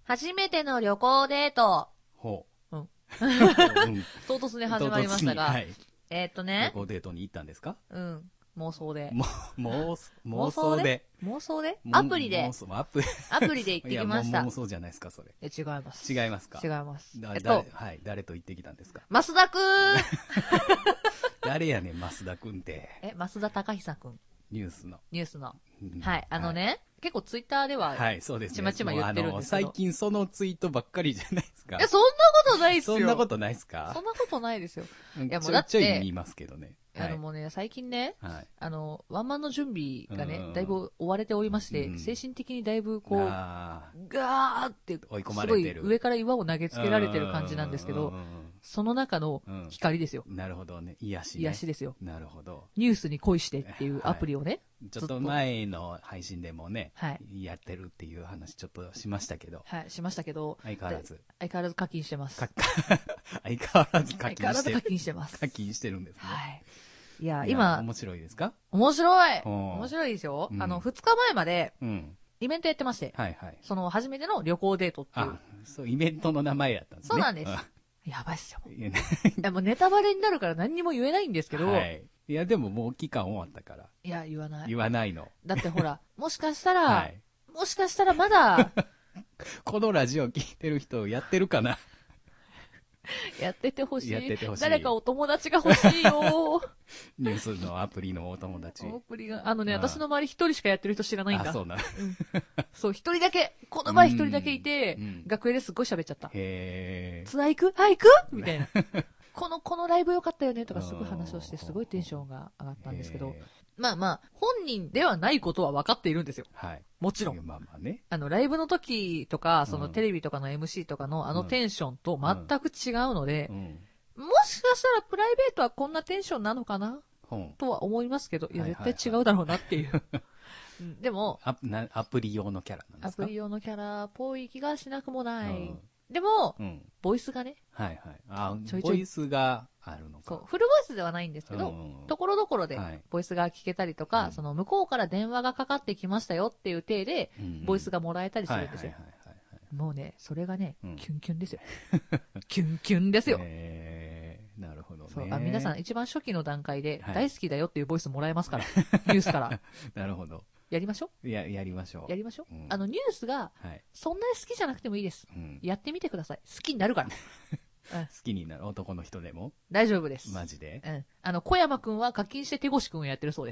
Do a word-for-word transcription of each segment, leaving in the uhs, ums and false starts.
初めての旅行デート。 ほう。 うん。 うん、 唐突に始まりましたが、 はい、 えー、っとね。 旅行デートに行ったんですか？ うん。妄想で。 も、妄妄想で。 妄想でアプリで。 妄想、アプリ。 アプリで行ってきました。 いや、妄想じゃないですか、それ。 え、違います。 違いますか？ 違います。 だ、 えっと、 はい、誰と行ってきたんですか？ 増田くん誰やねん、増田くんって。 え、増田貴久くん。 ニュースの。 ニュースの。はい、あのね、はい、結構ツイッターでは、 はい、そうですね。 ちまちま言ってるんですけど。 最近そのツイートばっかりじゃないですか。 いや、そんなことないっすよ。 そんなことないっすか？ そんなことないですよ。 いや、もうだって。ちょいちょい見ますけどね。 あのもうね、最近ね、 はい、 あの、ワンマンの準備がね、だいぶ追われておりまして、うん、精神的にだいぶこう、ガーって追い込まれてる。すごい上から岩を投げつけられてる感じなんですけど、その中の光ですよ。 うん、なるほどね。癒し、ね。 癒しですよ。 なるほど。 ニュースに恋してっていうアプリをね。はい、 ちょっと前の配信でもね、はい、やってるっていう話ちょっとしましたけど。 はい、しましたけど。 相変わらず。 相変わらず課金してます。 相変わらず課金してる。 相変わらず課金してます。 課金してるんですね。 はい。いや、今。 面白いですか？ 面白い面白いですよ。うん、あの、ふつかまえまで、イベントやってまして。はいはい。その、初めての旅行デートっていう。 あ、そう、イベントの名前やったんですね。 そうなんです。やばいっすよ。いや、もうネタバレになるから何にも言えないんですけど。はい。 いや、でももう期間終わったから。 いや、言わない。 言わないの。 だってほら、もしかしたら、はい、もしかしたらまだ、 このラジオ聞いてる人やってるかな？ やっててほしい。 やっててほしい。 誰かお友達が欲しいよ。 ニュースのアプリのお友達。 アプリが、あのね、私の周り一人しかやってる人知らないんだ。 あ、そうな。 うん、そう、一人だけ、この前一人だけいて、学園ですごい喋っちゃった。 へー。 ツアー行くあ、行くみたいな。この、このライブ良かったよねとかすごい話をして、すごいテンションが上がったんですけど、まあまあ、本人ではないことは分かっているんですよ。はい。もちろん。まあまあね。あの、ライブの時とか、そのテレビとかの エムシー とかのあのテンションと全く違うので、もしかしたらプライベートはこんなテンションなのかなとは思いますけど、いや、絶対違うだろうなっていう。でもア、アプリ用のキャラなんですか？ アプリ用のキャラっぽい気がしなくもない。でも、うん、ボイスがね。 はいはい。あ、ちょいちょいボイスがあるのか。 そう。フルボイスではないんですけど、ところどころでボイスが聞けたりとか、はい、その向こうから電話がかかってきましたよっていう体で、ボイスがもらえたりするんですよ。もうね、それがね、うん、キュンキュンですよ。キュンキュンですよ。 へー、なるほどね。 そう。あ、皆さん一番初期の段階で、大好きだよっていうボイスもらえますから。ニュースから。 なるほど。 やりましょうや、やりましょう。 やりましょう。うん、あの、ニュースが、そんなに好きじゃなくてもいいです。うん、やってみてください。好きになるから。 うん、好きになる男の人でも大丈夫です。 マジで。 うん。あの、小山くんは課金して手越くんをやってるそうです。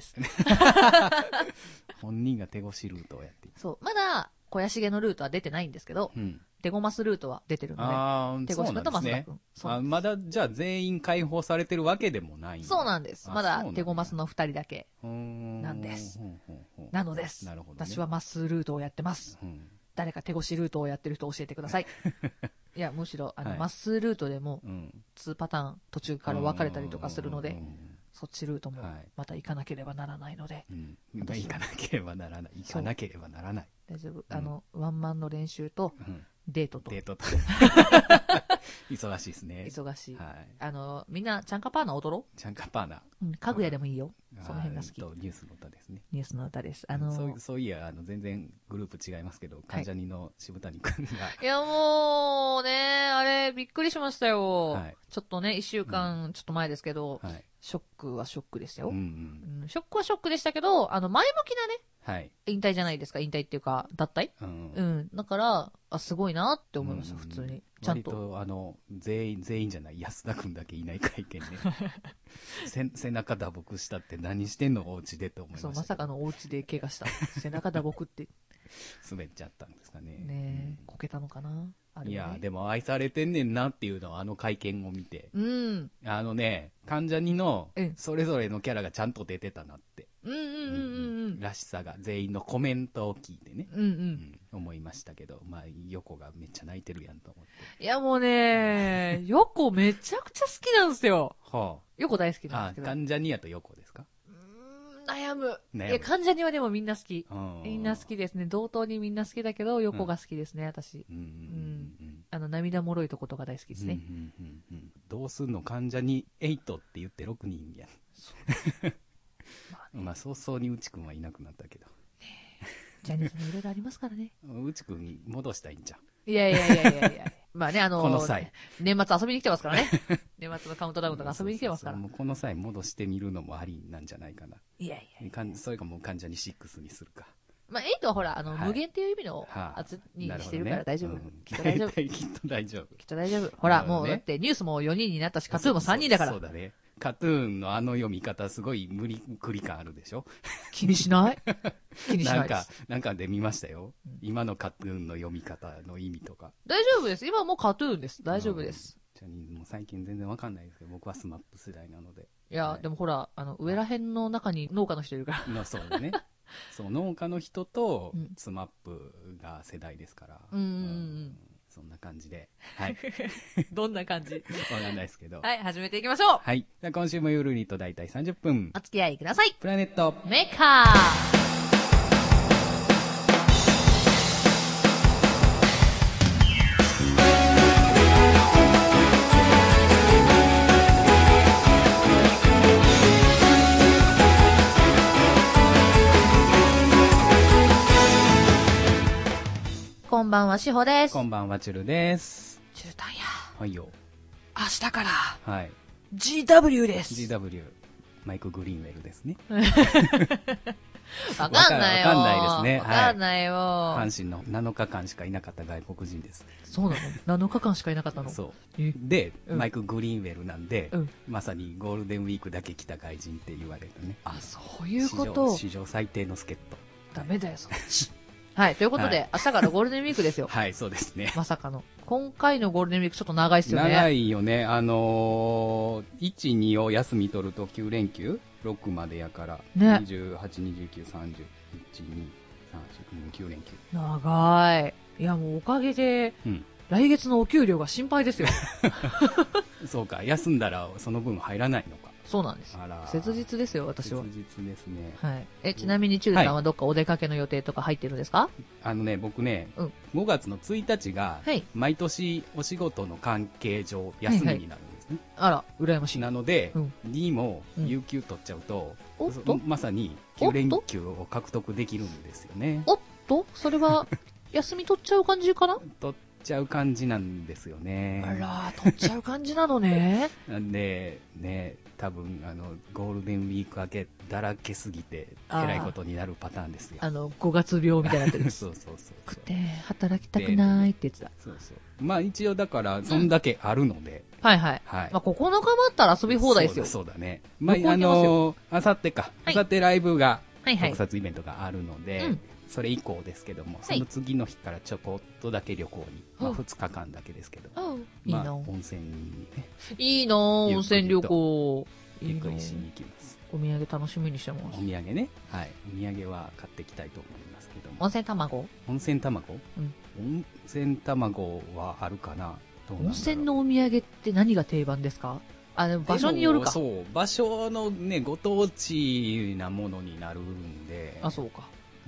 本人が手越ルートをやっている。 そう。まだ、小屋重のルートは出てないんですけど、うん、手ごますルートは出てるので、あ手越くんと増田くん。 あ、まだ、じゃあ全員解放されてるわけでもないんだ。 そうなんです。まだ手ごますの二人だけなんです。なのです。なるほど、ね。私はマスルートをやってます。うん、誰か手越ルートをやってる人教えてください。いや、むしろ、あの、はい、マスルートでも、にパターン途中から分かれたりとかするので、そっちルートもまた行かなければならないので。 うん、行かなければならない。行かなければならない。 大丈夫。あの、ワンマンの練習と、デートと。 デートと。忙しいですね。 忙しい。はい。あの、みんな、チャンカパーナ踊ろう？ チャンカパーナ。 うん、かぐやでもいいよ。その辺が好き。 ニュースの歌ですね。 ニュースの歌です。あのそう、そういや、あの、全然グループ違いますけど、関ジャニの渋谷くんが。 いや、もう、ね、あれ、びっくりしましたよ。はい。ちょっとね、一週間、ちょっと前ですけど、はい。ショックはショックですよ。うんうん。ショックはショックでしたけど、あの、前向きなね、はい。引退じゃないですか、引退っていうか、脱退、うん、うん。だから、あ、すごいなって思いました、うん、普通に。ちゃんと。 割と、あの、全員、全員じゃない、安田くんだけいない会見ね。せ背中打撲したって何してんのお家でと思いました。 そう、まさかのお家で怪我した。背中打撲って。 滑っちゃったんですかね。 ねえ、うん、こけたのかなあれ、ね、 いや、でも愛されてんねんなっていうのはあの会見を見て。うん。あのね、関ジャニのそれぞれのキャラがちゃんと出てたなって。うんうんうんうんうん。らしさが全員のコメントを聞いてね。うんうん。うん、思いましたけど、まあ、横がめっちゃ泣いてるやんと思って。 いやもうね、横めちゃくちゃ好きなんですよ。はあ。横大好きなんですけど。 あ、関ジャニやと横ですか？ 悩む。悩む。いや、関ジャニはでもみんな好き。みんな好きですね。同等にみんな好きだけど、横が好きですね、うん、私。うん。うん。あの、涙もろいとことが大好きですね。うんうんうんうん。どうすんの関ジャニエイトって言ってろくにんやん。そう。まあ、ね、まあ、早々に内くんはいなくなったけど。 ジャニーズもいろいろありますからね。 内くん戻したいんじゃん。 いやいやいやいやいや。まあね、あのー、 この際。 年末遊びに来てますからね。年末のカウントダウンとか遊びに来てますから。 そうそうそう、もうこの際戻してみるのもありなんじゃないかな。 いやいやいや。それかもう関ジャニシックスにするか。 まあ、エイトはほら、あの、はい、無限っていう意味の圧にしてるから大丈夫。ね、うん、きっと大丈夫。 きっと大丈夫。 きっと大丈夫。ほら、もう、だってニュースもよにんになったし、カトゥーンもさんにんだから。 そうだね。カトゥーンのあの読み方すごい無理くり感あるでしょ。 気にしない気にしないなんか、なんかで見ましたよ。うん、今のカトゥーンの読み方の意味とか。 大丈夫です。今はもうカトゥーンです。大丈夫です。 ジャニーズも最近全然わかんないですけど、僕はスマップ世代なので。 いや、はい、でもほら、あの、上ら辺の中に農家の人いるから。 まあそうだね。そう、農家の人とスマップが世代ですから。 うん。うん、 そんな感じで。はい。 どんな感じわかんないですけど。 はい、始めていきましょう。 はい。じゃあ今週もゆるりとだいたいさんじゅっぷん。 お付き合いください。 プラネットメーカー。こんばんは、しほです。 こんばんは、チュルです。 チュルタンや。 はいよ。 明日から、 はい。 ジーダブリュー です。 ジーダブリュー。マイク・グリーンウェルですね。 わかんないよ。 わかんないですね。 わかんないよ、 はい。阪神のなのかかんしかいなかった外国人です。 そうなの ?なのかかんしかいなかったの？ そう。で、うん、マイク・グリーンウェルなんで、うん、まさにゴールデンウィークだけ来た外人って言われるね。 あ、そういうこと。 史上最低の助っ人。 ダメだよ、そっち。はい、ということで、はい、明日からゴールデンウィークですよ。 はい、そうですね。 まさかの。今回のゴールデンウィークちょっと長いっすよね。 長いよね。あのー、いち、にを休み取るときゅう連休 ?ろく までやから、ね、にじゅうはち、にじゅうきゅう、さんじゅう、いち、に、さん、よん、きゅう連休。 長い。いや、もうおかげで、うん、来月のお給料が心配ですよ。 そうか、休んだらその分入らないのか。 そうなんです。切実ですよ、私は。 切実ですね。 はい。え、ちなみにチュルさんはどっかお出かけの予定とか入ってるんですか？はい、 あのね、僕ね、うん、ごがつのついたちが、毎年お仕事の関係上休みになるんですね。はいはい、 あら、羨ましい。 なので、うん、にも有給取っちゃうと、うん、まさにきゅう連休を獲得できるんですよね。 おっとそれは、休み取っちゃう感じかな？ 取っちゃう感じなんですよね。 あら、取っちゃう感じなのね。 なんで、ね、多分あのゴールデンウィーク明けだらけすぎてえらいことになるパターンですよ。 あのごがつ病みたいになってる。 そうそうそうくて働きたくないって言ってた。 そうそう。まあ一応だからそんだけあるので、 うん、はいはい。はい。まあここのかまったら遊び放題ですよ。 そうだ、そうだね。まああのあさってか、あさってライブが、はいはい、特撮イベントがあるので。うん、それ以降ですけども、その次の日からちょこっとだけ旅行に、まあ、ふつかかんだけですけど、まあ、温泉にね、 いいな温泉旅行ゆっくりしに行きます。 お土産楽しみにしてます。 お土産ね、はい、お土産は買っていきたいと思いますけども。 温泉卵？ 温泉卵？うん、温泉卵はあるかな。 どうなんだろう。温泉のお土産って何が定番ですか？あ、でも場所によるか。 そう、場所のね、ご当地なものになるんで。 あ、そうか。 うん、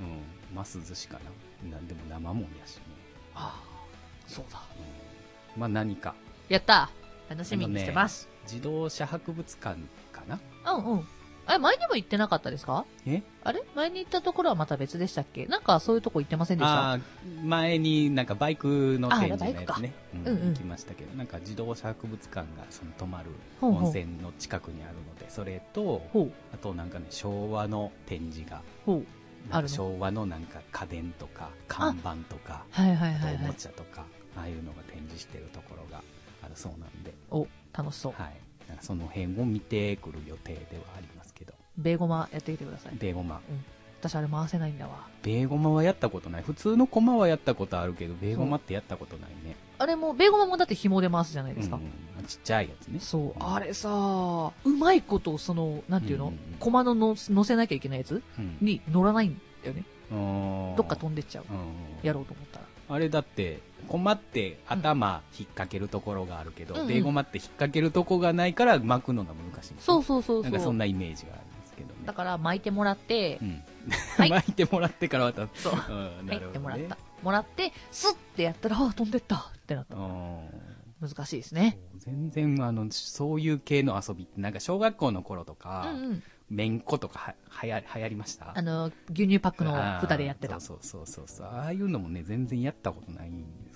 ます寿司かな。なんでも生もんやしね。 ああ、そうだ。 うん、まあ何か。 やった楽しみにしてます、 ね。自動車博物館かな。 うんうん。あれ、前にも行ってなかったですか？ えあれ前に行ったところはまた別でしたっけ？なんかそういうとこ行ってませんでした？ あ、前になんかバイクの展示のやつね。うんうん、行きましたけど、なんか自動車博物館がその泊まる温泉の近くにあるので、それと、あとなんかね、昭和の展示が。ほうある昭和のなんか家電とか看板とか、 はいはいはいはい、 おもちゃとかああいうのが展示してるところがあるそうなんで、 お楽しそう。 はい。なんかその辺を見てくる予定ではありますけど。 ベーゴマやってきてください。 ベーゴマ。 うん。私あれ回せないんだわ。 ベーゴマはやったことない。普通のコマはやったことあるけど、ベーゴマってやったことないね。 あれもベーゴマもだって紐で回すじゃないですか。 うん、ちっちゃいやつね。 そう、うん、あれさうまいことそのなんていうの、うんうん、コマのの乗せなきゃいけないやつ、うん、に乗らないんだよね。どっか飛んでっちゃう、うん、やろうと思ったら。 あれだってコマって頭引っ掛けるところがあるけど、うん、ベーゴマって引っ掛けるとこがないから巻くのが難しい、ね、 そうそうそうそう。 なんかそんなイメージがあるんですけどね。 だから巻いてもらって、 うんはい、巻いてもらってからまたそう、うん、なるほどね、巻いてもらったもらってスッてやったらあ飛んでったってなった。難しいですね。 全然あのそういう系の遊びってなんか小学校の頃とか、うんうん、めんことかははや流行りました。 あの牛乳パックの蓋でやってた。 そうそうそうそう、ああいうのもね全然やったことないんですよ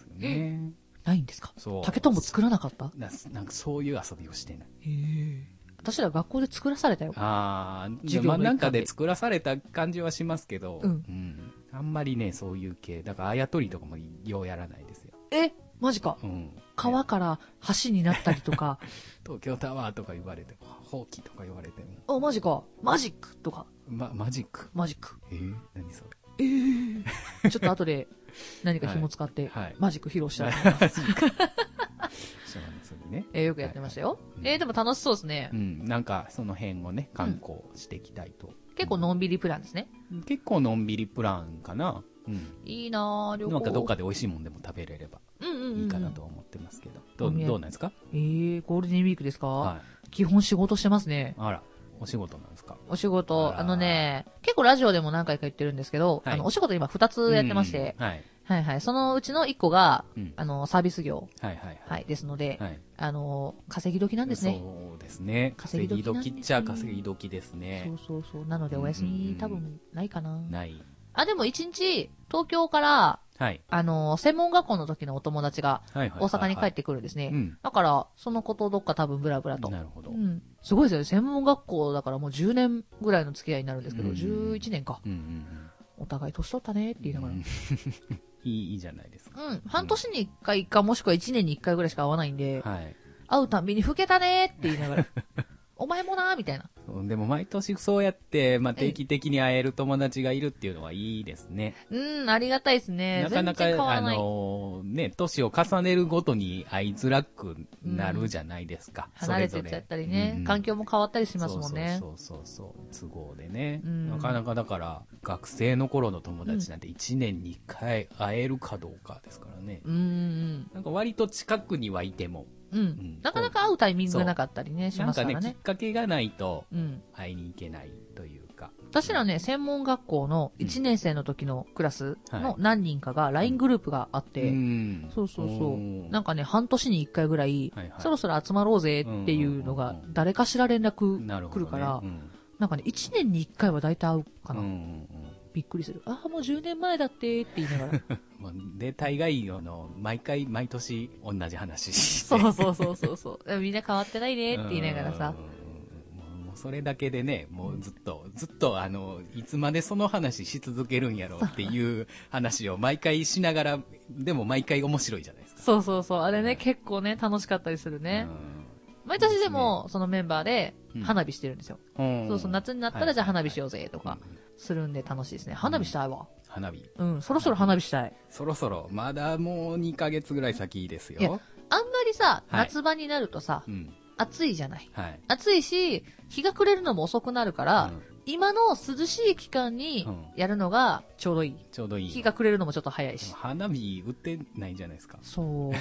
どね。 ないんですか？そう。竹とんぼ作らなかった？ ななんかそういう遊びをしてない。 へえ。私ら学校で作らされたよ。 ああ、授業のなんかで作らされた感じはしますけど、うん、うん。あんまりね、そういう系。だからあやとりとかもようやらないですよ。 えマジか。うん。川から橋になったりとか。 東京タワーとか言われても、ほうきとか言われても。あ、マジか。マジックとか。 ま、マジックマジック。 えー、何それ。 えー、ちょっと後で何か紐使って、はいはい、マジック披露したいと思います。ね、えー、よくやってましたよ。はいはい、えー、でも楽しそうですね。 うん。なんか、その辺をね、観光していきたいと、うん。 結構のんびりプランですね。 結構のんびりプランかな。うん。 いいなぁ、旅行。 なんかどっかで美味しいもんでも食べれればいいかなと思ってますけど。うんうんうん、どう、どうなんですか？ えー、ゴールデンウィークですか？はい。基本仕事してますね。 あら。お仕事なんですか？ お仕事、あのね、結構ラジオでも何回か言ってるんですけど、はい、あの、お仕事今ふたつやってまして、はい。はいはい。そのうちのいっこが、うん、あの、サービス業。はいはいはい。はい。ですので、はい、あの、稼ぎ時なんですね。 そうですね。稼ぎ時っちゃ稼ぎ時ですね。 そうそうそう。なのでお休み、多分ないかな。ない。あ、でも一日、東京から、はい。あの、専門学校の時のお友達が、大阪に帰ってくるんですね。だから、そのことどっか多分ブラブラと。なるほど。うん。すごいですよね。専門学校だからもうじゅうねんぐらいの付き合いになるんですけど、うん、じゅういちねんか。うんうんうん。お互い年取ったねって言いながら。うんいい、いいじゃないですか。 うん。半年にいっかいか、もしくはいちねんにいっかいぐらいしか会わないんで、はい。会うたんびに老けたねって言いながら、お前もなーみたいな。 でも毎年そうやって、まあ、定期的に会える友達がいるっていうのはいいですね。 うん、ありがたいですね。 なかなか、あのー、ね、年を重ねるごとに会いづらくなるじゃないですか。 うん、離れてっちゃったりね、うん、環境も変わったりしますもんね。 そうそうそうそう、都合でね、うん。なかなかだから、学生の頃の友達なんていちねんにいっかい会えるかどうかですからね。うん。なんか割と近くにはいても、 うんうん、なかなか会うタイミングがなかったりね、しますからね。 なんかね、きっかけがないと、会いに行けないというか。 うん、私らね、専門学校のいちねん生の時のクラスの何人かが ライン グループがあって、うん、そうそうそう。なんかね、半年にいっかいぐらい、はいはい、そろそろ集まろうぜっていうのが、誰かしら連絡来るから、ねうん、なんかね、いちねんにいっかいは大体会うかな。うんうんうんびっくりする。ああ、もうじゅうねんまえだってって言いながら。 で、大概の、毎回、毎年、同じ話して。 そうそうそうそうそう。みんな変わってないねって言いながらさ。 もうそれだけでね、もうずっと、ずっと、あの、いつまでその話し続けるんやろうっていう話を毎回しながら、でも毎回面白いじゃないですか。 そうそうそう。あれね、結構ね、楽しかったりするね。毎年でも、そのメンバーで花火してるんですよ。そうそう、夏になったらじゃあ花火しようぜとか。するんで楽しいですね。花火したいわ。うん、 花火。 うん、そろそろ花火したい。 そろそろ、まだもうにかげつぐらい先ですよ。いや、 あんまりさ、はい、夏場になるとさ、うん、暑いじゃない、はい。暑いし、日が暮れるのも遅くなるから、うん、今の涼しい期間にやるのがちょうどいい。うん、 ちょうどいい。 日が暮れるのもちょっと早いし。 花火売ってないじゃないですか。 そう。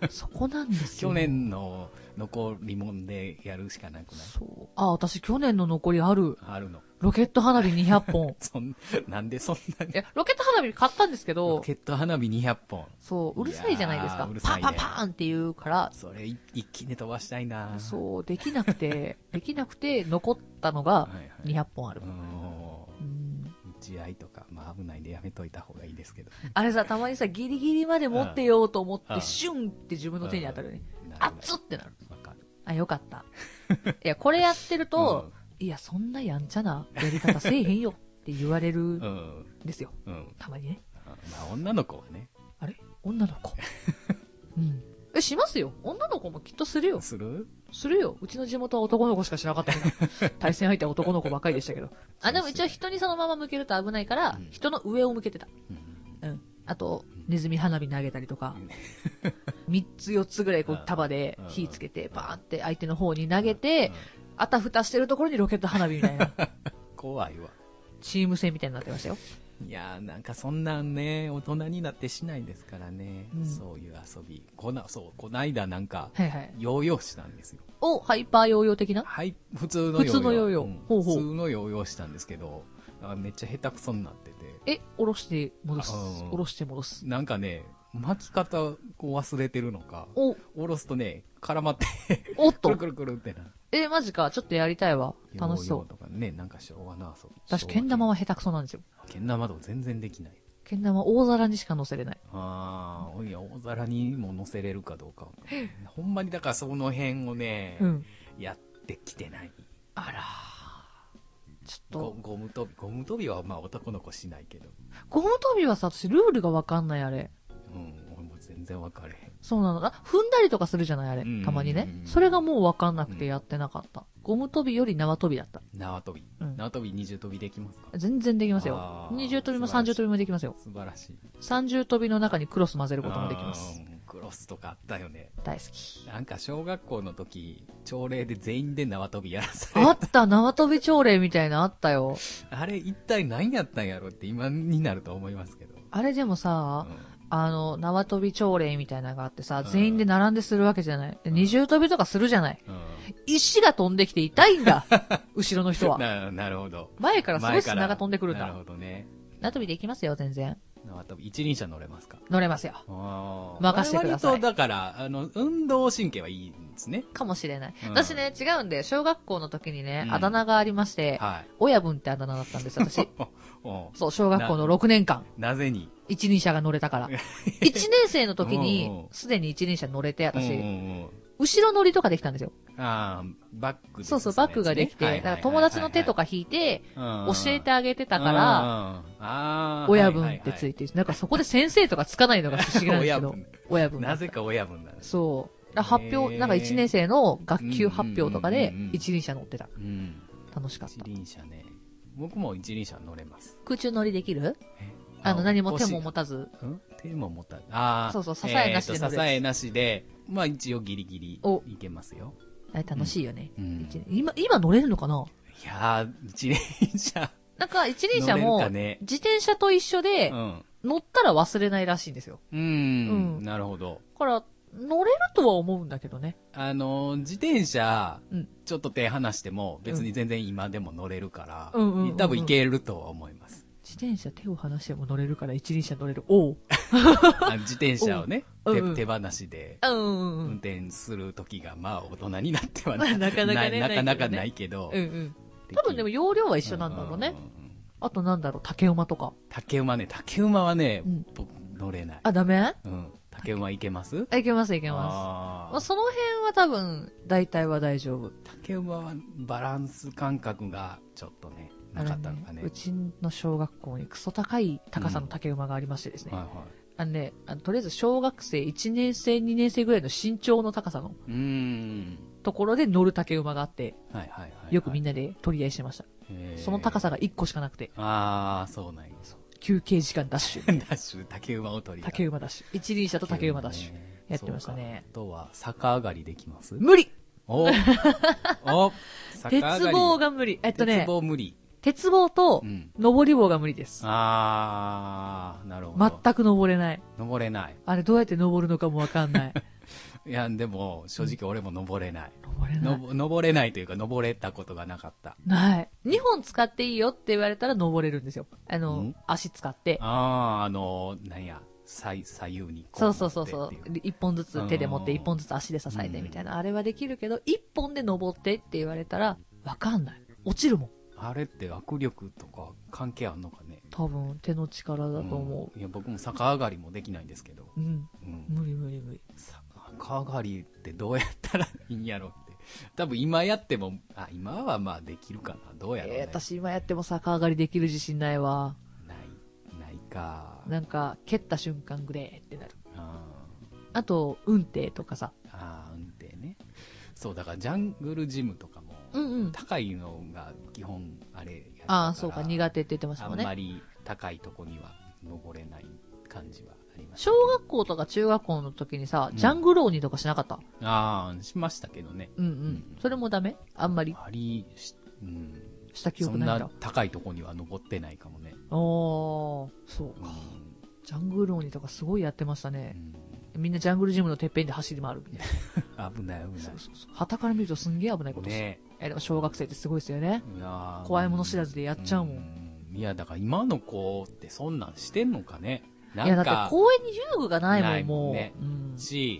そこなんですよ。 去年の残りもんでやるしかなくない？ そう。あ、私去年の残りある。 あるの。 ロケット花火にひゃっぽん。 そん、なんでそんなに。 いや、ロケット花火買ったんですけど。 ロケット花火にひゃっぽん。 そう、うるさいじゃないですか。うるさいね、パンパンパンって言うから。 それ一気に飛ばしたいな。 そう、できなくて、できなくて残ったのがにひゃっぽんある。はいはい、 打ち合いとか、まあ危ないんでやめといた方がいいですけど。 あれさ、たまにさ、ギリギリまで持ってようと思って、シュンって自分の手に当たるね。熱っってなる。わかる。あ、よかった。いや、これやってると、うんいや、そんなやんちゃなやり方せえへんよって言われるんですよ。うん、たまにね。 まあ、女の子はね。 あれ女の子。うん。え、しますよ。女の子もきっとするよ。 するするよ。うちの地元は男の子しかしなかったけど。対戦相手は男の子ばっかりでしたけど。あ、でも一応人にそのまま向けると危ないから、うん、人の上を向けてた。うん。うん、あと、ネズミ花火投げたりとか、みっつよっつぐらいこう束で火つけて、バーって相手の方に投げて、あたふたしてるところにロケット花火みたいな。 怖いわ。 チーム戦みたいになってましたよ。 いやーなんかそんなんね、大人になってしないですからね。うん、そういう遊び。こな、そう、こないだなんか、はいはい、ヨーヨーしたんですよ。 お、ハイパーヨーヨー的な？ はい、普通のヨーヨー。 普通のヨーヨー。うん、ほうほう。 普通のヨーヨーしたんですけど、めっちゃ下手くそになってて。 え、下ろして戻す。下ろして戻す。 なんかね、巻き方を忘れてるのか、お下ろすとね、絡まっておっとくるくるくるってな。 えー、マジか。ちょっとやりたいわ。楽しそう。 とかね、なんか昭和の遊び。 私、けん玉は下手くそなんですよ。 けん玉とか全然できない。 けん玉大皿にしか乗せれない。 ああ、いや、大皿にも乗せれるかどうか。ほんまにだからその辺をね、うん、やってきてない。 あら。ちょっと。 ゴム跳び。ゴム跳びはまあ男の子しないけど。 ゴム跳びはさ、私ルールがわかんないあれ。 うん、俺も全然わかれへん。 そうなの。あ、踏んだりとかするじゃないあれ。たまにね。それがもうわかんなくてやってなかった。うん、ゴム跳びより縄跳びだった。 縄跳び。うん、縄跳び二重跳びできますか？ 全然できますよ。二重跳びも三重跳びもできますよ。 素晴らしい。 三重跳びの中にクロス混ぜることもできます。 クロスとかあったよね。 大好き。 なんか小学校の時、朝礼で全員で縄跳びやらされた。あった縄跳び朝礼みたいなあったよ。 あれ一体何やったんやろって今になると思いますけど。 あれでもさ、うんあの、縄跳び朝礼みたいなのがあってさ、うん、全員で並んでするわけじゃない。二重跳びとかするじゃない。うん、石が飛んできて痛いんだ。後ろの人はな。なるほど。 前からすごい砂が飛んでくるんだ。 なるほどね。 縄跳びできますよ、全然。 縄跳び、一輪車乗れますか？ 乗れますよ。任せてください。 割とだから、あの、運動神経はいいんですね。 かもしれない。うん、私ね、違うんで、小学校の時にね、うん、あだ名がありまして、はい、親分ってあだ名だったんです、私。そう、小学校のろくねんかん。 なぜに一輪車が乗れたから。いちねん生の時に、すでに一輪車乗れて、私、うんうんうん、後ろ乗りとかできたんですよ。 ああ、バックですね。 そうそう、バックができて、だから友達の手とか引いて、教えてあげてたから、親分ってついて、なんかそこで先生とかつかないのが不思議なんですけど、親分。 なぜか親分なんです。 そう。発表、なんかいちねん生の学級発表とかで一輪車乗ってた。楽しかった。 一輪車ね。僕も一輪車乗れます。 空中乗りできる？あの、何も手も持たず。 ん手も持たず。ああ。 そうそう、支えなしで乗る。支えなしで、まあ一応ギリギリいけますよ。 あれ楽しいよね。今、今乗れるのかな？ いやー、一輪車。 なんか一輪車も、自転車と一緒で、乗ったら忘れないらしいんですよ。 うん。なるほど。 だから、乗れるとは思うんだけどね。 あの、自転車、ちょっと手離しても、別に全然今でも乗れるから、多分いけるとは思います。 自転車手を離しても乗れるから一輪車乗れる。おう自転車をね、手、手放しで運転する時が、まあ大人になってはなかなかね、なかなかないけど。 うんうん。多分でも容量は一緒なんだろうね。あとなんだろう、竹馬とか。 竹馬ね、竹馬はね、僕乗れない。 あ、ダメ？ うん。竹馬いけます？ いけますいけます。あまあ、その辺は多分、大体は大丈夫。 竹馬はバランス感覚がちょっとね、なかったのかね。 うちの小学校にクソ高い高さの竹馬がありましてですね。うん、はいはい。あのね、あのとりあえず小学生いちねん生、にねん生ぐらいの身長の高さのところで乗る竹馬があって、はいはいはいはい、よくみんなで取り合いしてました。その高さがいっこしかなくて。 ああ、そうなんや。 休憩時間ダッシュ。 ダッシュ、竹馬を取り合う。 竹馬ダッシュ。一輪車と竹馬ダッシュ。やってましたね。 あとは、逆上がりできます？ 無理おお鉄棒が無理。えっとね。 鉄棒無理。 鉄棒と、登り棒が無理です。 うん、あー、なるほど。 全く登れない。 登れない。 あれどうやって登るのかもわかんない。 いや、でも、正直俺も登れない。 登れない。 登れないというか、登れたことがなかった。 ない。にほん使っていいよって言われたら登れるんですよ。あの、足使って。 あー、あの、なんや、左右にこう。そうそうそうそう。一本ずつ手で持って、一本ずつ足で支えてみたいな。あれはできるけど、一本で登ってって言われたら、わかんない。落ちるもん。 あれって握力とか関係あんのかね？ 多分手の力だと思う。 うん、いや僕も逆上がりもできないんですけど。 うん。うん、無理無理無理。 逆上がりってどうやったらいいんやろって。多分今やっても、あ、今はまあできるかな。どうやろうね。 えー、私今やっても逆上がりできる自信ないわ。 ない、ないか。 なんか蹴った瞬間グレーってなる。あ, あと運転とかさ。 ああ、運転ね。そうだからジャングルジムとかも。うんうん、高いのが基本あれやったから。 ああ、そうか、苦手って言ってましたもんね。 あんまり高いとこには登れない感じはありました。 小学校とか中学校の時にさ、うん、ジャングル鬼とかしなかった？ ああ、しましたけどね。 うんうん。うん、それもダメ？あんまり。 あり、うん。 した記憶ないんだ。 そんな高いとこには登ってないかもね。 ああ、そうか、うん。ジャングル鬼とかすごいやってましたね。うん、みんなジャングルジムのてっぺんで走り回るみたいな。危ない危ない。 そうそうそう。旗から見るとすんげえ危ないことして。ねえ、でも小学生ってすごいですよね。いや怖いもの知らずでやっちゃうもん。うん、 いや、だから今の子ってそんなんしてんのかね。なんかいや、だって公園に遊具がないもん、もう。 ね。うん、し、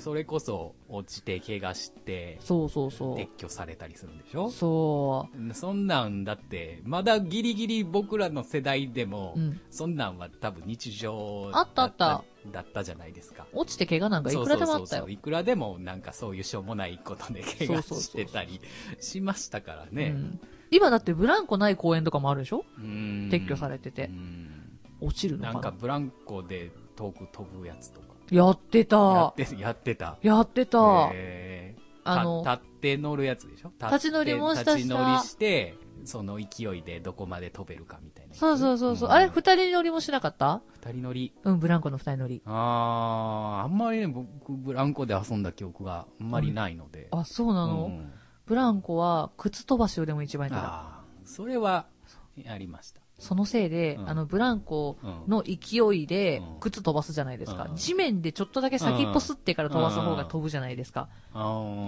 それこそ落ちて怪我してそうそうそう撤去されたりするんでしょ。 そうそんなんだってまだギリギリ僕らの世代でも、うん、そんなんは多分日常あったあっただったじゃないですか。 落ちて怪我なんかいくらでもあったよ。そうそうそうそう、 いくらでもなんかそういうしょうもないことで怪我してたりしましたからね、うん、 今だってブランコない公園とかもあるでしょ。撤去されてて落ちるのかな。 なんかブランコで遠く飛ぶやつとかやってたやってやってたやってた、 えー、あの立って乗るやつでしょ。 立ち乗りもしたし立ち乗りしてその勢いでどこまで飛べるかみたいな。 そうそうそうそう、うん、あれ二人乗りもしなかった？ 二人乗り、 うん、ブランコの二人乗り。 あー、あんまりね僕ブランコで遊んだ記憶があんまりないので、 うん、あ、そうなの、うん、ブランコは靴飛ばしをでも一番やってた。 あー、それはやりました。 そのせいで、うん、あのブランコの勢いで靴飛ばすじゃないですか、うん、地面でちょっとだけ先っぽすってから飛ばす方が飛ぶじゃないですか、うん、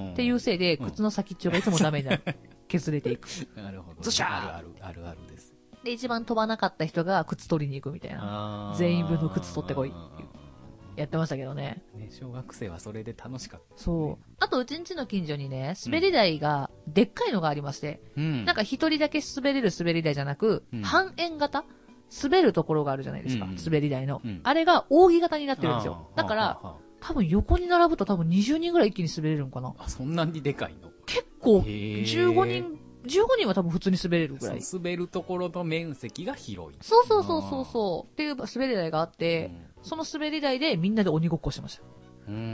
っていうせいで靴の先っちょがいつもダメになる、削れていく。 なるほど、 ズシャー、 あるあるあるあるです。 で一番飛ばなかった人が靴取りに行くみたいな、全員分の靴取ってこいっていうやってましたけど ね, ね小学生はそれで楽しかった、ね、 そうあとうちんちの近所にね滑り台がでっかいのがありまして、うん、なんか一人だけ滑れる滑り台じゃなく、うん、半円型滑るところがあるじゃないですか、うん、滑り台の、うん、あれが扇形になってるんですよ。だから多分横に並ぶと多分にじゅうにんぐらい一気に滑れるのかな。 あ、そんなにでかいの。 結構じゅうごにんじゅうごにんは多分普通に滑れるぐらい。 滑るところの面積が広い。 そうそうそうそうそうっていう滑り台があって、うん、その滑り台でみんなで鬼ごっこしてました。うーん、うん、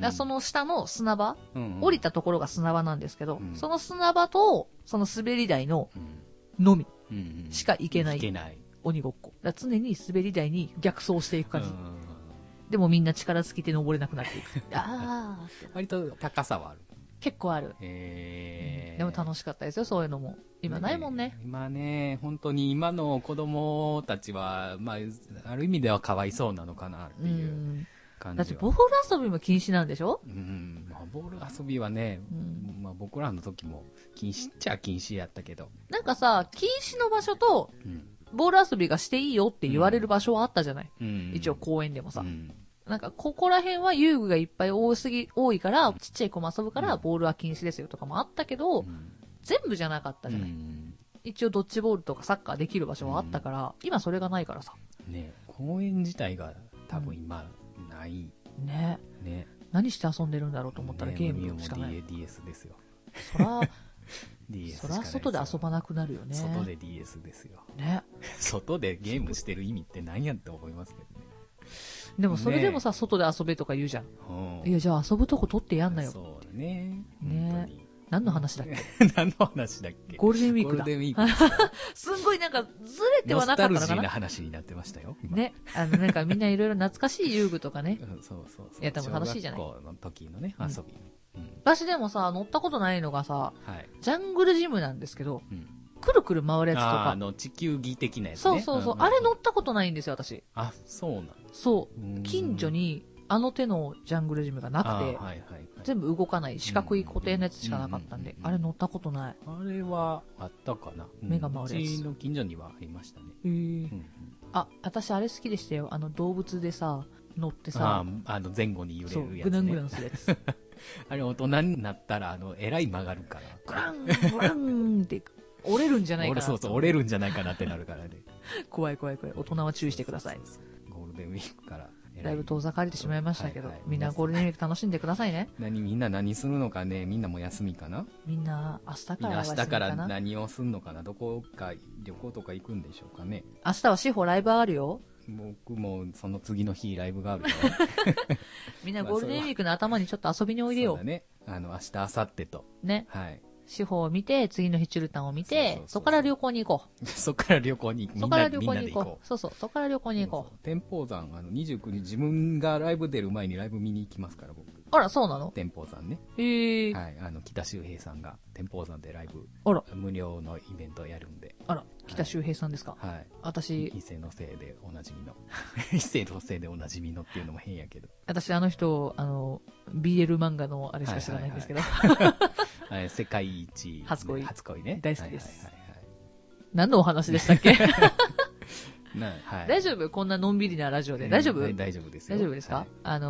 だその下の砂場、うんうん、降りたところが砂場なんですけど、うん、その砂場とその滑り台ののみしか行けない、うんうん、行けない鬼ごっこ。だ常に滑り台に逆走していく感じ。でもみんな力尽きて登れなくなっていく。ああ。 割と高さはある。 結構ある。へ、うん、でも楽しかったですよ、そういうのも。今ないもんね。ね、 今ね、本当に今の子供たちは、まあ、ある意味ではかわいそうなのかなっていう感じは。だってボール遊びも禁止なんでしょ。うん、まあ、ボール遊びはね、うん、まあ、僕らの時も禁止っちゃ禁止やったけど。なんかさ、禁止の場所と、うん、ボール遊びがしていいよって言われる場所はあったじゃない、うん、一応公園でもさ、うん、なんかここら辺は遊具がいっぱい多すぎ多いからちっちゃい子も遊ぶからボールは禁止ですよとかもあったけど、うん、全部じゃなかったじゃない、うん、一応ドッジボールとかサッカーできる場所はあったから、うん、今それがないからさね、公園自体が多分今ない、うん、ねね、何して遊んでるんだろうと思ったら、ね、ゲームしかない。 ディーエス ですよ。そらディーエス そら外で遊ばなくなるよね。 外で ディーエス ですよ。ね。外でゲームしてる意味って何やって思いますけどね。 でもそれでもさ、ね、外で遊べとか言うじゃん。うん、いや、じゃあ遊ぶとこ取ってやんなよ。 そうだね。 ね。何の話だっけ何の話だっけ。 ゴールデンウィークだ。 ゴールデンウィーク。 すんごいなんかずれてはなかったのかな。ノスタルジーな話になってましたよ。 ね。あのなんかみんないろいろ懐かしい遊具とかね。うん、そうそうそう。やったも楽しいじゃない。 小学校の時のね、遊び。 うん、私でもさ乗ったことないのがさ、はい、ジャングルジムなんですけど、うん、くるくる回るやつとか、 あの地球儀的なやつね。 そうそうそう、うんうん、あれ乗ったことないんですよ私。 あ、そうなん。 そう近所にあの手のジャングルジムがなくて、はいはいはい、全部動かない四角い固定のやつしかなかったんで、うんうんうんうん、あれ乗ったことない。 あれはあったかな。 目が回るやつ。 うちの近所にはありましたね。 へえ、うんうん、あ、私あれ好きでしたよ。あの動物でさ乗ってさ、 ああの前後に揺れるやつ、ね、 グナングナンするやつあれ大人になったらあのえらい曲がるからグラングランって折れるんじゃないかな。 そうそう折れるんじゃないかなってなるからね怖い怖い怖い。大人は注意してください。そうそうそう、 ゴールデンウィークからだいぶ遠ざかれてしまいましたけど、はいはい、みんなゴールデンウィーク楽しんでくださいね。 何みんな何するのかね。みんなも休みかな。 みんな明日からは休みかな。 明日から何をするのかな。どこか旅行とか行くんでしょうかね。 明日は司法ライブあるよ。 僕もその次の日ライブがあるよみんなゴールデンウィークの頭にちょっと遊びにおいでよ。 そうだね。あの明日明後日とね、はい、司法を見て次の日チュルタンを見て、そこから旅行に行こう。 そこから旅行にみんなで行こう。 そうそう、そこから旅行に行こう。 天保山あのにじゅうくにち自分がライブ出る前にライブ見に行きますから僕。 あら、そうなの。 天保山ね。 へえ。 はい、あの北周平さんが天保山でライブ、 あら、 無料のイベントをやるんで。 あら、北周平さんですか。はい。私、 伊勢のせいでおなじみの伊勢のせいでおなじみのっていうのも変やけど。 私あの人あの ビーエル 漫画のあれしか知らないんですけど。 はい、世界一初恋初恋ね。 大好きです。はいはいはいはい、何のお話でしたっけ？なはい、大丈夫？こんなのんびりなラジオで大丈夫？ はい、大丈夫ですよ。 大丈夫ですか？はい、あの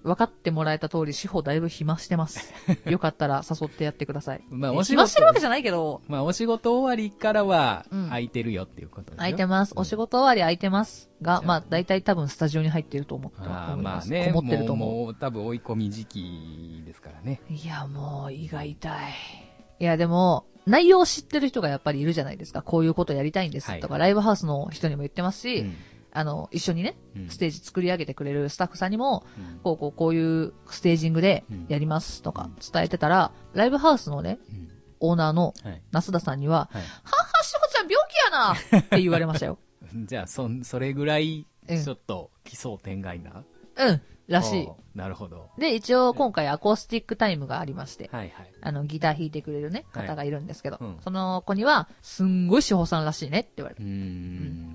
分かってもらえた通り、志保だいぶ暇してます。よかったら誘ってやってください。まあ、お仕事。暇してるわけじゃないけど。 まあ、お仕事終わりからは、空いてるよっていうことですよ、うん、 空いてます。お仕事終わり空いてます。が、まあ、大体多分スタジオに入ってると思ってます。あまあね。こもってると思う。 もう、もう多分追い込み時期ですからね。 いや、もう、胃が痛い。いや、でも、内容を知ってる人がやっぱりいるじゃないですか。こういうことやりたいんですとか、はい、ライブハウスの人にも言ってますし、うん、あの、一緒にね、うん、ステージ作り上げてくれるスタッフさんにも、うん、こうこうこういうステージングでやりますとか伝えてたら、ライブハウスのね、うん、オーナーの那須田さんには、はい、はっは、しほちゃん病気やなって言われましたよ。 じゃあ、そ、それぐらい、ちょっと奇想天外な、 うん、うんらしい。 なるほど。 で、一応今回アコースティックタイムがありまして、はいはい、あの、ギター弾いてくれるね、方がいるんですけど、はいうん、その子には、すんごい志保さんらしいねって言われて、うん、うん、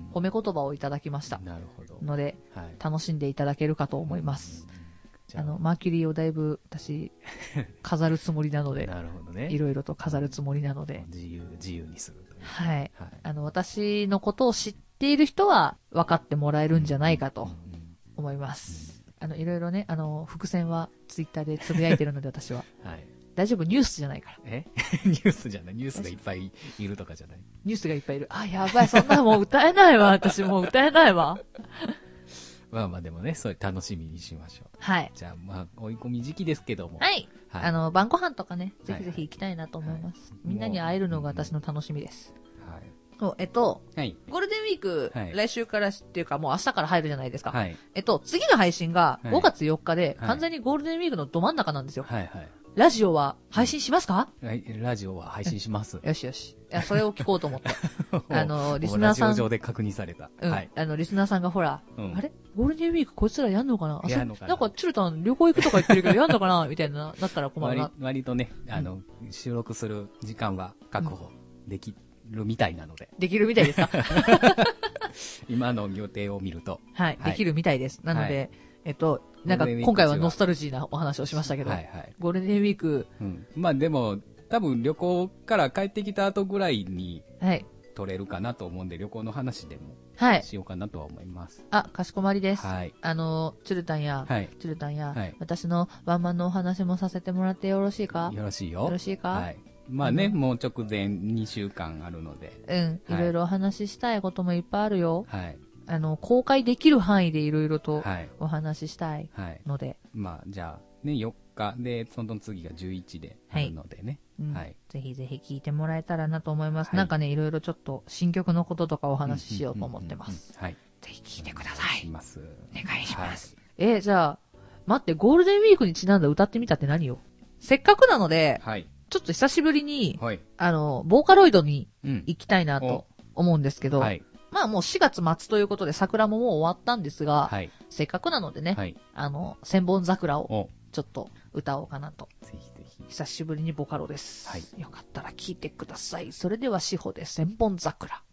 褒め言葉をいただきました。なるほど。ので、はい、楽しんでいただけるかと思います。あの、マーキュリーをだいぶ私、飾るつもりなので、なるほどね。いろいろと飾るつもりなので。 自由、自由にするという。 はい。はい、あの、私のことを知っている人は分かってもらえるんじゃないかと思います。うんうんあの、いろいろね、あの、伏線はツイッターでつぶやいてるので、私は。はい。大丈夫、ニュースじゃないから。 えニュースじゃないニュースがいっぱいいるとかじゃないニュースがいっぱいいる。あ、やばい、そんなもう歌えないわ。私もう歌えないわ。 まあまあでもね、それ楽しみにしましょう。 はい。 じゃあ、まあ、追い込み時期ですけども。 はい。はい、あの、晩ご飯とかね、ぜひぜひ行きたいなと思います。はい、みんなに会えるのが私の楽しみです。はい。そう、えっと、はい、ゴールデンウィーク、はい、来週からっていうかもう明日から入るじゃないですか。はい、えっと、次の配信がごがつよっかで、はい、完全にゴールデンウィークのど真ん中なんですよ。はいはい、ラジオは配信しますか、 うん、ラジオは配信します。 よしよし。いや、それを聞こうと思って。あの、リスナーさん。 ラジオ上で確認された。 うん。はい、あの、リスナーさんがほら、うん、あれゴールデンウィークこいつらやんのかなあ、やんのかななんか、チュルタン旅行行くとか言ってるけど、やんのかなみたいな、なったら困るな。 割, 割とね、あの、うん、収録する時間は確保でき、うんるみたいなので。 できるみたいですか今の予定を見ると。 はい。はい、できるみたいです。なので、はい、えっと、なんか今回はノスタルジーなお話をしましたけど、はいはい、ゴールデンウィーク。 うん。まあでも、多分旅行から帰ってきた後ぐらいに、はい。取れるかなと思うんで、旅行の話でも、はい。しようかなとは思います。 あ、かしこまりです。はい。あの、チュルタンや、はい。チュルタンや、はい。私のワンマンのお話もさせてもらってよろしいかよろしいよ。 よろしいかはい。まあね、もう直前にしゅうかんあるので。 うん。はい、いろいろお話ししたいこともいっぱいあるよ。はい。あの、公開できる範囲でいろいろとお話ししたいので。はい、 まあ、じゃあ、ね、よっかで、その次がじゅういちであるのでね。 はい。 うんはい、 ぜひぜひ聞いてもらえたらなと思います。はい、なんかね、いろいろちょっと新曲のこととかお話ししようと思ってます。はい。ぜひ聞いてください。お願いします。お願いします。はい、えー、じゃあ、待って、ゴールデンウィークにちなんだ歌ってみたって何よせっかくなので、はい。ちょっと久しぶりに、はい、あの、ボーカロイドに行きたいなと思うんですけど、うんはい、まあもうしがつ末ということで桜ももう終わったんですが、はい、せっかくなのでね、はい、あの、千本桜をちょっと歌おうかなと。ぜひぜひ。久しぶりにボカロです。はい、よかったら聴いてください。それでは志保で千本桜。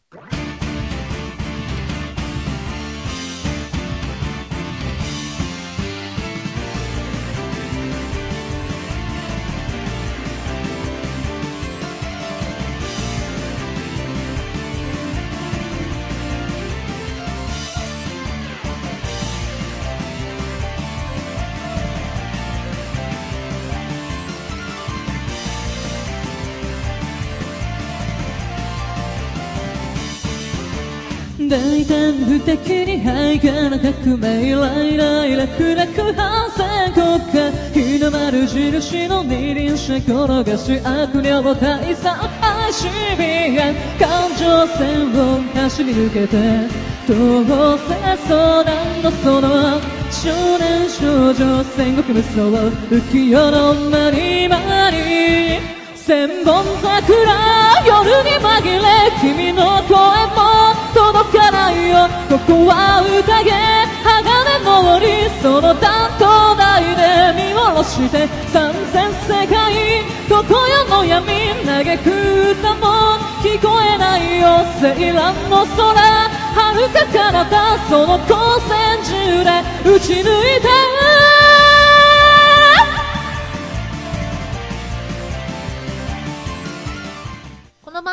大胆不敵に灰から革命来来楽々反戦国家日の丸印の二輪車転がし悪霊退散 アイシービーエム 環状線を走り抜けてどうせ相談のその少年少女戦国無双浮世の間に間に千本桜夜に紛れ君の声も届かないよここは宴鋼の檻その担当台で見下ろして三千世界ここよの闇嘆く歌も聞こえないよ青蘭の空遥か彼方その光線銃で撃ち抜いてこの番組で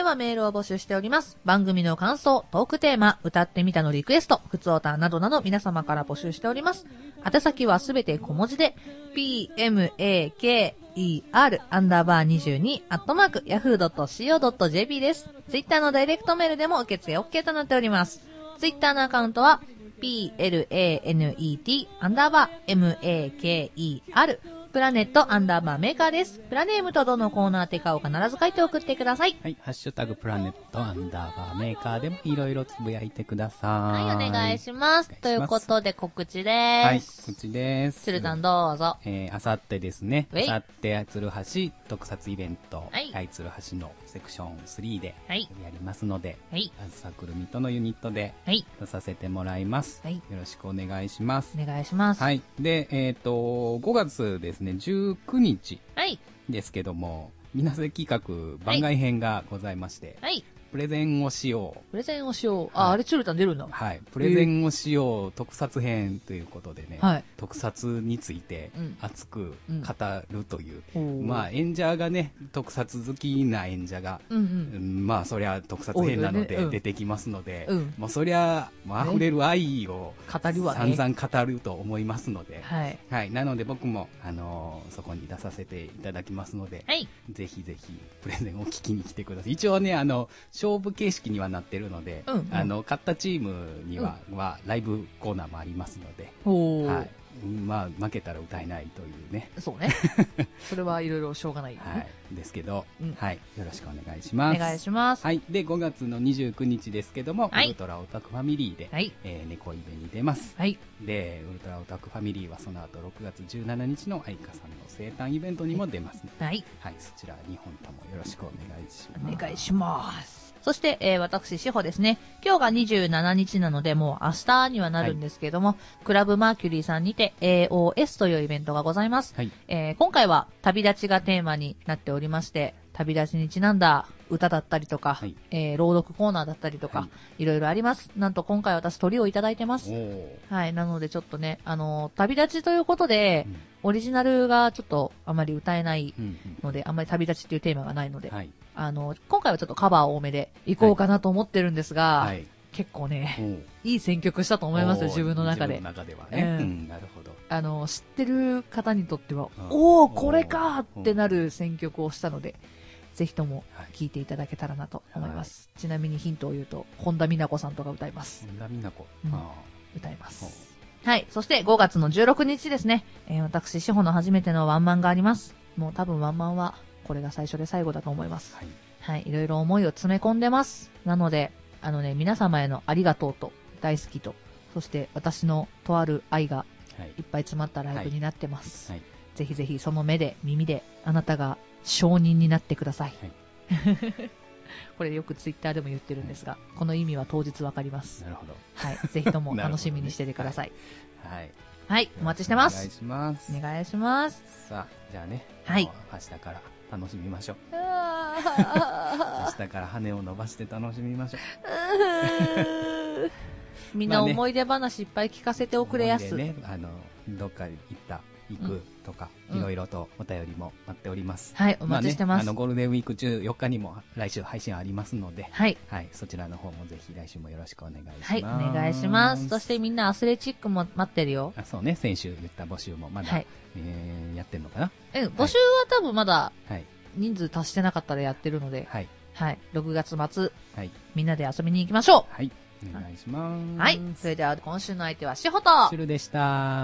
はメールを募集しております。番組の感想、トークテーマ、歌ってみたのリクエスト、ふつおたなどなど皆様から募集しております。宛先はすべて小文字で、ピーエムエーケーイーアール アンダーバーにじゅうにアットマークヤフードットシーオードットジェーピー です。ツイッターのダイレクトメールでも受付 OK となっております。ツイッターのアカウントは ピーエルエーエヌイーティー アンダーバー エムエーケーイーアール プラネットアンダーバーメーカーです。プラネームとどのコーナーてかを必ず書いて送ってください。 はい、ハッシュタグプラネットアンダーバーメーカーでもいろいろつぶやいてください。 はい、お願いします。ということで告知です。 はい、告知です。 鶴丹どうぞ。 えー、あさってですね。あさって鶴橋特撮イベント、はい、はい、鶴橋のセクションスリーでやりますので、はい、あずさくるみとのユニットで出させてもらいます。はい、よろしくお願いします。 お願いします。 はい、で、えっと、ごがつですね、じゅうくにちですけども、みなせ企画番外編がございまして、はい、プレゼンをしよう。 プレゼンをしよう。あ、はい、あれチュルタン出るんだ。 はい。プレゼンをしよう、特撮編ということでね、はい、特撮について熱く語るという。うん、まあ、演者がね、特撮好きな演者が、うんうん、まあ、そりゃ特撮編なので出てきますので、うん、まあ、そりゃ、まあ、溢れる愛を散々語ると思いますので、はい。はい。なので僕も、あのー、そこに出させていただきますので、はい、ぜひぜひプレゼンを聞きに来てください。一応ね、あの、勝負形式にはなってるので、うんうん、あの勝ったチームには、うん、はライブコーナーもありますので、はい、まあ負けたら歌えないというね。 そうね。それはいろいろしょうがない、ね。 はい。ですけど、うん、はい、よろしくお願いします。 お願いします。 はい。でごがつのにじゅうくにちですけども、はい、ウルトラオタクファミリーで、はい、えー、猫イベに出ます。はい。でウルトラオタクファミリーはその後ろくがつじゅうしちにちの愛花さんの生誕イベントにも出ます、ね。はい。はい。そちらにほんともよろしくお願いします。 お願いします。そして、えー、私、志保ですね。今日がにじゅうしちにちなので、もう明日にはなるんですけれども、はい、クラブマーキュリーさんにて エーオーエス というイベントがございます。はい、えー、今回は旅立ちがテーマになっておりまして、旅立ちにちなんだ歌だったりとか、はい、えー、朗読コーナーだったりとか、はい、いろいろあります。なんと今回私鳥をいただいてます。はい。なのでちょっとね、あのー、旅立ちということで、うん、オリジナルがちょっとあまり歌えないので、うんうん、あんまり旅立ちっていうテーマがないので、はい、あのー、今回はちょっとカバー多めで行こうかなと思ってるんですが、はい、結構ね、いい選曲したと思いますよ、自分の中で。 自分の中ではね。うんうん、なるほど。 あの、知ってる方にとっては、おおこれかってなる選曲をしたので、ぜひとも聴いていただけたらなと思います。はい、ちなみにヒントを言うと、本田美奈子さんとか歌います。 本田美奈子、 うん、歌います。はい。そしてごがつのじゅうろくにちですね。えー、私、志保の初めてのワンマンがあります。もう多分ワンマンは、これが最初で最後だと思います。はい。はい。いろいろ思いを詰め込んでます。なので、あのね、皆様へのありがとうと、大好きと、そして私のとある愛がいっぱい詰まったライブになってます。はいはい、ぜひぜひその目で、耳で、あなたが承認になってください。はい、これよくツイッターでも言ってるんですが、はい、この意味は当日わかります。 なるほど。 はい。ぜひとも楽しみにしててください。 ね、はい。 はい。お待ちしてます。 お願いします。 お願いします。 さあ、じゃあね。 はい。 明日から楽しみましょう。明日から羽を伸ばして楽しみましょう。 みんな思い出話いっぱい聞かせておくれやす。 ね、あの、どっか行った、行くとか、いろいろとお便りも待っております。 はい、お待ちしてます。 まあね、あの、ゴールデンウィークじゅうよっかにも来週配信ありますので、はい。はい、そちらの方もぜひ来週もよろしくお願いします。はい、 お願いします。そしてみんなアスレチックも待ってるよ。 あ、そうね、先週言った募集もまだ、はい、えー、やってんのかな？ うん、募集は多分まだ、はい。人数達してなかったらやってるので、はい。はい。ろくがつ末、はい。みんなで遊びに行きましょう。 はい。お願いします。 はい。それでは今週の相手はしほと。 シュルでした。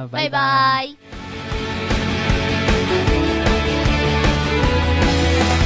バイバイ。 バイバイ。